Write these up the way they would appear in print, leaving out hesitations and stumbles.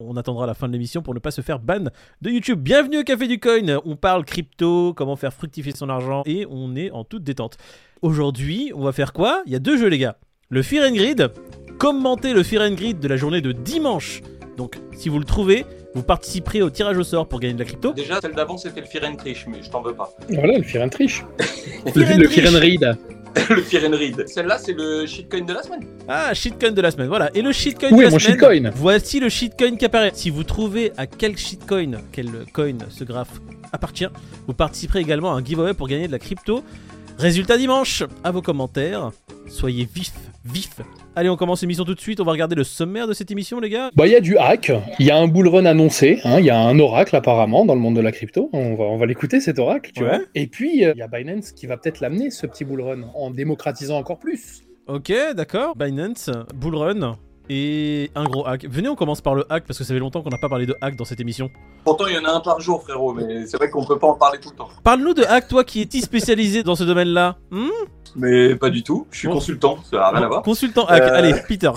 on attendra la fin de l'émission pour ne pas se faire ban de YouTube. Bienvenue au Café du Coin, on parle crypto, comment faire fructifier son argent et on est en toute détente. Aujourd'hui, on va faire quoi ? Il y a 2 jeux les gars. Le Fear and Greed, commentez le Fear and Greed de la journée de dimanche. Donc si vous le trouvez, vous participerez au tirage au sort pour gagner de la crypto. Déjà, celle d'avant, c'était le Fear and Triche, mais je t'en veux pas. Voilà, le Fear and Triche. Le Fear and Read. Le Fear and Read. Celle-là, c'est le shitcoin de la semaine. Ah, shitcoin de la semaine, voilà. Et le shitcoin Où de est la mon semaine, shitcoin ? voici le shitcoin qui apparaît. Si vous trouvez à quel shitcoin, quel coin ce graphe appartient, vous participerez également à un giveaway pour gagner de la crypto. Résultat dimanche, à vos commentaires. Soyez vifs. Allez, on commence l'émission tout de suite. On va regarder le sommaire de cette émission, les gars. Bah, il y a du hack, il y a un bull run annoncé, il y a un oracle apparemment dans le monde de la crypto. On va l'écouter cet oracle, tu vois. Et puis, il y a Binance qui va peut-être l'amener, ce petit bull run, en démocratisant encore plus. Ok, d'accord. Binance, bull run et un gros hack. Venez, on commence par le hack parce que ça fait longtemps qu'on n'a pas parlé de hack dans cette émission. Pourtant, il y en a un par jour, frérot, mais c'est vrai qu'on peut pas en parler tout le temps. Parle-nous de hack, toi qui es spécialisé dans ce domaine-là. Mais pas du tout, je suis consultant, ça n'a rien à voir. Consultant hack, allez, Peter.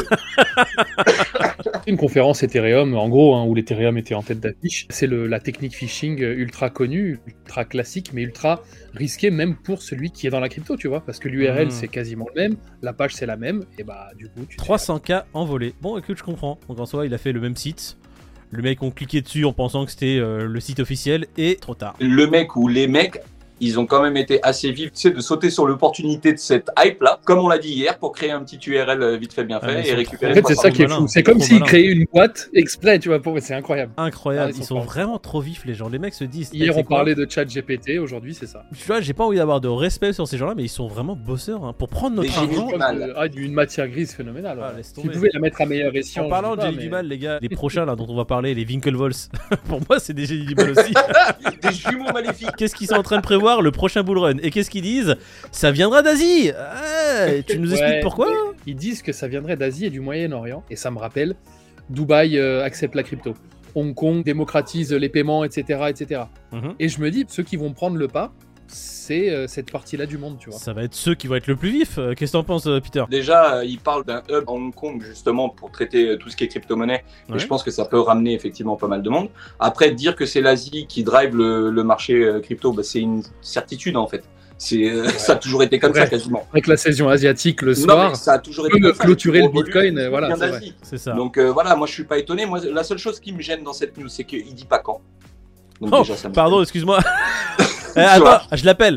Une conférence Ethereum, en gros, où l'Ethereum était en tête d'affiche. C'est la technique phishing ultra connue, ultra classique, mais ultra risquée même pour celui qui est dans la crypto, tu vois. Parce que l'URL, c'est quasiment le même, la page, c'est la même, et bah du coup... 300K envolés. Bon, écoute, je comprends. Donc en soi, il a fait le même site. Le mec ont cliqué dessus en pensant que c'était le site officiel, et trop tard. Le mec ou les mecs... Ils ont quand même été assez vifs, tu sais, de sauter sur l'opportunité de cette hype-là, comme on l'a dit hier, pour créer un petit URL vite fait bien fait et récupérer. En fait, c'est ça qui est fou. C'est comme s'ils créaient une boîte exprès, tu vois. C'est incroyable. Incroyable. Ils sont vraiment trop vifs, les gens. Les mecs se disent. Hier, on parlait de ChatGPT. Aujourd'hui, c'est ça. Tu vois, j'ai pas envie d'avoir de respect sur ces gens-là, mais ils sont vraiment bosseurs pour prendre notre argent. Une matière grise phénoménale. Ils pouvaient la mettre à meilleur escient. En parlant de génie du mal, les gars, les prochains là dont on va parler, les Winklevoss, pour moi, c'est des génies du mal aussi. Des jumeaux maléfiques. Qu'est-ce qu'ils sont en train de prévoir le prochain bull run? Et qu'est-ce qu'ils disent? Ça viendra d'Asie. Tu nous expliques pourquoi? Ils disent que ça viendrait d'Asie et du Moyen-Orient. Et ça me rappelle, Dubaï accepte la crypto. Hong Kong démocratise les paiements, etc. etc. Et je me dis, ceux qui vont prendre le pas, c'est cette partie-là du monde, tu vois. Ça va être ceux qui vont être le plus vifs. Qu'est-ce que t'en penses, Peter? Déjà, ils parlent d'un hub à Hong Kong, justement, pour traiter tout ce qui est crypto-monnaie. Et je pense que ça peut ramener effectivement pas mal de monde. Après, dire que c'est l'Asie qui drive le marché crypto, c'est une certitude, en fait. Ça a toujours été comme ça, quasiment. Avec la saison asiatique le soir, ça a toujours été comme ça. Clôturer le Bitcoin, voilà. C'est ça. Donc voilà, moi je suis pas étonné. Moi, la seule chose qui me gêne dans cette news, c'est qu'il dit pas quand. Donc, déjà, pardon, excuse-moi. Attends, je l'appelle.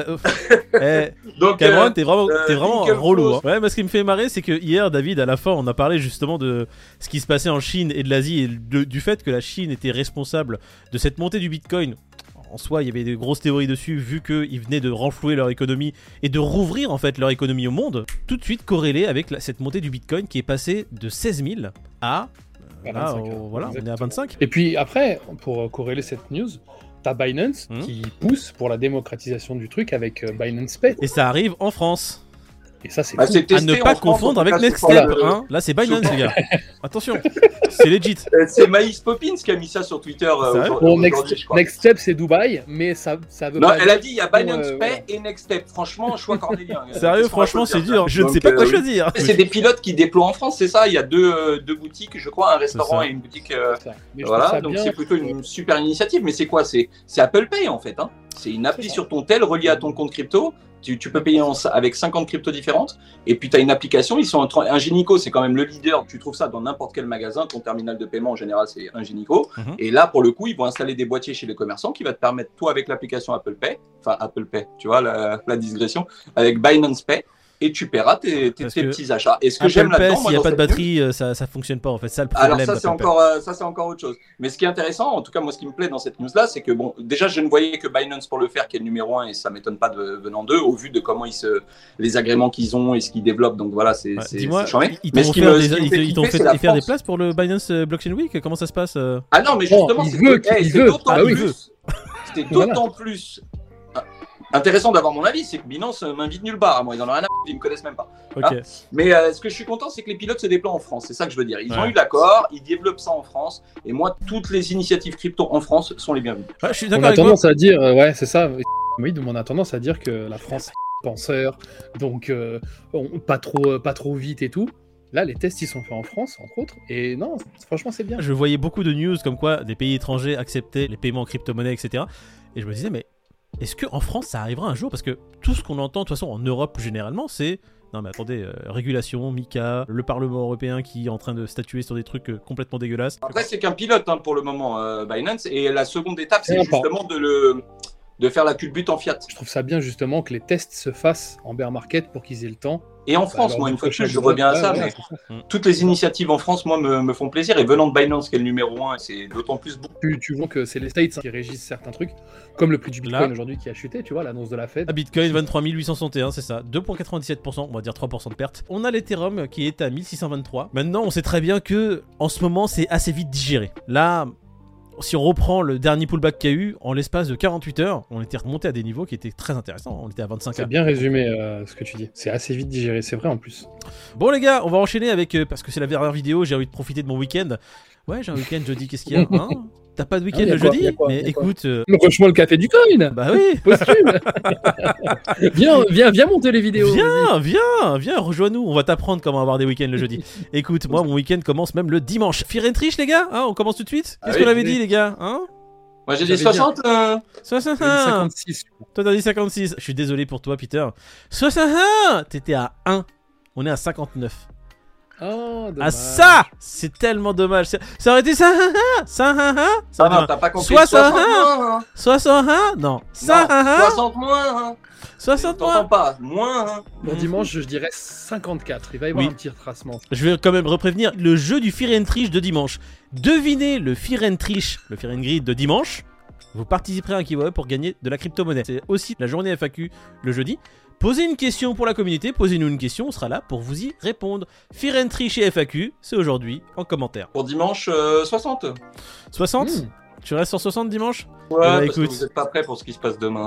Donc, Cameron, t'es vraiment relou. Hein. Ouais, moi, ce qui me fait marrer, c'est que hier, David, à la fin, on a parlé justement de ce qui se passait en Chine et de l'Asie et du fait que la Chine était responsable de cette montée du Bitcoin. En soi, il y avait des grosses théories dessus, vu qu'ils venaient de renflouer leur économie et de rouvrir en fait leur économie au monde. Tout de suite corrélé avec cette montée du Bitcoin qui est passée de 16 000 à... voilà, on est à 25. Et puis après, pour corréler cette news, t'as Binance qui pousse pour la démocratisation du truc avec Binance Pay. Et ça arrive en France. Et ça, c'est à ne pas confondre avec Nextstep. Là, c'est Binance, les gars. Attention, c'est legit. C'est Maïs Poppins qui a mis ça sur Twitter. Bon, Nextstep, c'est Dubaï, mais ça veut non, pas. Elle a dit il y a Binance Pay et Nextstep. Franchement, choix cornélien. Sérieux, franchement, c'est dur. Je ne sais pas quoi choisir. C'est des pilotes qui déploient en France, c'est ça. Il y a deux boutiques, je crois, un restaurant et une boutique. Voilà, donc c'est plutôt une super initiative. Mais c'est quoi? C'est Apple Pay en fait. C'est une appli sur ton tel reliée à ton compte crypto. Tu peux payer avec 50 cryptos différentes. Et puis, tu as une application. Ils sont Ingenico, c'est quand même le leader. Tu trouves ça dans n'importe quel magasin. Ton terminal de paiement, en général, c'est Ingenico. Et là, pour le coup, ils vont installer des boîtiers chez les commerçants qui va te permettre, toi, avec l'application Apple Pay, tu vois, la digression, avec Binance Pay, et tu paieras tes petits achats. Et ce que j'aime là-dedans, s'il n'y a pas de batterie, ça fonctionne pas en fait. Ça, le problème. Alors ça c'est encore autre chose. Mais ce qui est intéressant, en tout cas moi ce qui me plaît dans cette news-là, c'est que bon, déjà je ne voyais que Binance pour le faire, qui est le numéro 1 et ça m'étonne pas venant d'eux, au vu de comment les agréments qu'ils ont et ce qu'ils développent. Donc voilà, c'est charmé. Ils t'ont fait faire des places pour le Binance Blockchain Week. Comment ça se passe? Ah non, mais justement, c'était d'autant plus intéressant d'avoir mon avis, c'est que Binance m'invite nulle part. Moi, ils en ont rien à foutre, ils me connaissent même pas. Okay. Mais ce que je suis content, c'est que les pilotes se déploient en France. C'est ça que je veux dire. Ils ont eu l'accord, ils développent ça en France. Et moi, toutes les initiatives crypto en France sont les bienvenues. Je suis d'accord. On a tendance à dire, c'est ça. Oui, on a tendance à dire que la France est penseur, donc pas trop vite et tout. Là, les tests, ils sont faits en France, entre autres. Et non, franchement, c'est bien. Je voyais beaucoup de news comme quoi des pays étrangers acceptaient les paiements en crypto-monnaie, etc. Et je me disais, mais est-ce qu'en France, ça arrivera un jour? Parce que tout ce qu'on entend, de toute façon, en Europe, généralement, c'est... Non mais attendez, régulation, Mika, le Parlement européen qui est en train de statuer sur des trucs complètement dégueulasses. Après, c'est qu'un pilote pour le moment, Binance. Et la seconde étape, c'est justement de faire la culbute en fiat. Je trouve ça bien justement que les tests se fassent en bear market pour qu'ils aient le temps. Et en France, moi, une fois que je reviens à ça, mais toutes les initiatives en France, moi, me font plaisir. Et venant de Binance, qui est le numéro 1, c'est d'autant plus bon. Tu vois que c'est les States qui régissent certains trucs, comme le prix du Bitcoin aujourd'hui qui a chuté, tu vois, l'annonce de la Fed. Bitcoin, 23 861, c'est ça. 2,97%, on va dire 3% de perte. On a l'Ethereum qui est à 1623. Maintenant, on sait très bien que, en ce moment, c'est assez vite digéré. Là... Si on reprend le dernier pullback qu'il y a eu, en l'espace de 48 heures, on était remonté à des niveaux qui étaient très intéressants. On était à 25 heures. C'est bien résumé ce que tu dis. C'est assez vite digéré, c'est vrai en plus. Bon les gars, on va enchaîner avec... parce que c'est la dernière vidéo, j'ai envie de profiter de mon week-end. Ouais, j'ai un week-end jeudi, qu'est-ce qu'il y a T'as pas de week-end le jeudi? Mais écoute... Franchement, le café du coin. Bah oui. Posthume. viens monter les vidéos. Viens, rejoins-nous. On va t'apprendre comment avoir des week-ends le jeudi. Écoute, moi, mon week-end commence même le dimanche. Fear and Triche, les gars, on commence tout de suite. Qu'est-ce qu'on avait dit, les gars, Moi, j'ai dit 60. 56. Toi, t'as dit 56. Je suis désolé pour toi, Peter. 61. T'étais à 1. On est à 59. Oh, dommage. Ah ça, c'est tellement dommage. Ça aurait été ça. Non, t'as pas compris. 61. Non. 60 moins. 60 moins. Pas moins. Pour dimanche, je dirais 54. Il va y avoir un petit retracement. Je vais quand même reprévenir le jeu du Fear and Triche de dimanche. Devinez le Fear and Triche, le Fear and Greed de dimanche. Vous participerez à un giveaway pour gagner de la crypto-monnaie. C'est aussi la journée FAQ le jeudi. Posez une question pour la communauté, posez-nous une question, on sera là pour vous y répondre. Fear and Triche et FAQ, c'est aujourd'hui en commentaire. Pour dimanche, 60. 60 Tu restes sur 60 dimanche? Ouais, parce que vous n'êtes pas prêts pour ce qui se passe demain.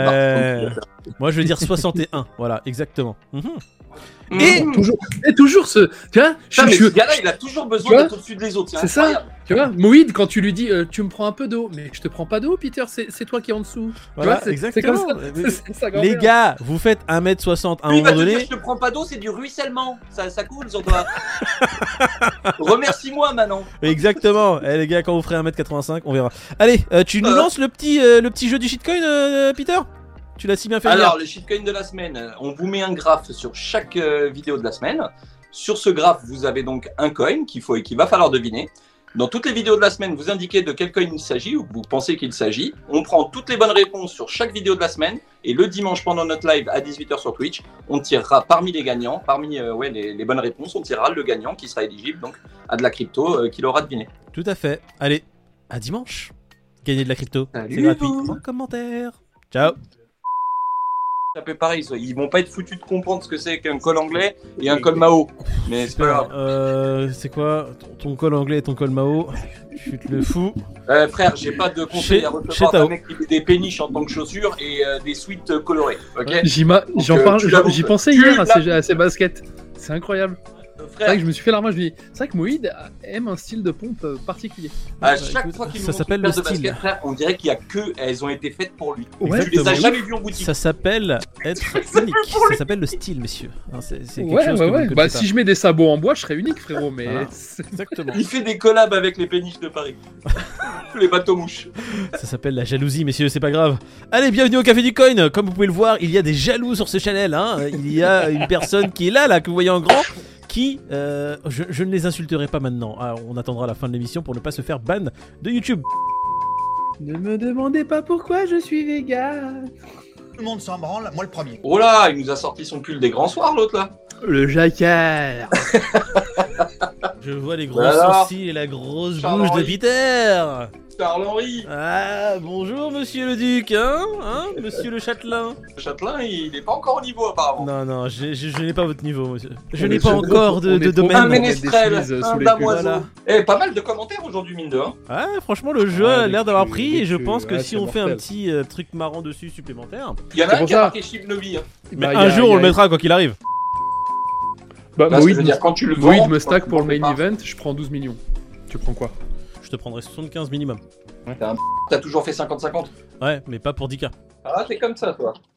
Moi, je vais dire 61. Voilà, exactement. Et toujours ce... Tu vois, ce gars-là, il a toujours besoin d'être au-dessus des autres. C'est ça. Tu vois, Moïd, quand tu lui dis tu me prends un peu d'eau, mais je te prends pas d'eau, Peter, c'est toi qui es en dessous. Voilà, exactement. C'est comme ça. Les gars, vous faites 1m60 à un moment donné. Je te prends pas d'eau, c'est du ruissellement. Ça coule sur toi. Remercie-moi maintenant. Exactement. Les gars, quand vous ferez 1m85, on verra. Allez, tu nous lances le petit jeu du shitcoin, Peter? Tu l'as si bien fait. Alors, le shitcoin de la semaine, on vous met un graphe sur chaque vidéo de la semaine. Sur ce graphe, vous avez donc un coin qu'il va falloir deviner. Dans toutes les vidéos de la semaine, vous indiquez de quel coin il s'agit ou vous pensez qu'il s'agit. On prend toutes les bonnes réponses sur chaque vidéo de la semaine. Et le dimanche, pendant notre live à 18h sur Twitch, on tirera parmi les gagnants, parmi les bonnes réponses, on tirera le gagnant qui sera éligible donc à de la crypto qu'il aura deviné. Tout à fait. Allez, à dimanche. Gagner de la crypto. C'est gratuit. En commentaire. Ciao. Un peu pareil, ils vont pas être foutus de comprendre ce que c'est qu'un col anglais et un col Mao. Mais c'est pas grave. C'est quoi ton col anglais et ton col Mao? Je te le fous. Frère, j'ai pas de conseil à recevoir d'un mec qui met des péniches en tant que chaussures et des suites colorées. Ok. J'y pensais hier à ces baskets. C'est incroyable. C'est vrai que je me suis fait la remarque, je me dis, c'est vrai que Moïd aime un style de pompe particulier. À chaque fois qu'il nous montre une paire de baskets, frère, on dirait qu'il y a elles ont été faites pour lui. Ouais, tu les as jamais vues en boutique. Ça s'appelle être unique. Ça s'appelle le style, messieurs. C'est quelque chose que bah si je mets des sabots en bois, je serais unique, frérot. Mais exactement. Il fait des collabs avec les péniches de Paris. Les bateaux mouches. Ça s'appelle la jalousie, messieurs, c'est pas grave. Allez, bienvenue au Café du Coin. Comme vous pouvez le voir, il y a des jaloux sur ce channel. Il y a une personne qui est là, que vous voyez en grand. Qui, je ne les insulterai pas maintenant. On attendra la fin de l'émission pour ne pas se faire ban de YouTube. Ne me demandez pas pourquoi je suis vegan. Tout le monde s'en branle, moi le premier. Oh là, il nous a sorti son pull des grands soirs, l'autre là. Le jacquard. Je vois les gros sourcils et la grosse bouche de Peter. Charles-Henri. Ah, bonjour monsieur le duc, monsieur le châtelain. Le châtelain, il n'est pas encore au niveau apparemment. Non, je n'ai pas votre niveau, monsieur. Je n'ai pas encore de domaine. Un ménestrel, un damoiseau. Pas mal de commentaires aujourd'hui, mine de rien. Ah, franchement, le jeu a l'air d'avoir pris et je pense que si on fait un petit truc marrant dessus supplémentaire... Il y en a un qui a marqué Shivnovi. Mais un jour, on le mettra quoi qu'il arrive. Bah, Moïd me stack pour le main event, je prends 12 millions. Tu prends quoi? Je te prendrai 75 minimum. T'as toujours fait 50-50. Ouais, mais pas pour 10K. Ah, t'es comme ça, toi.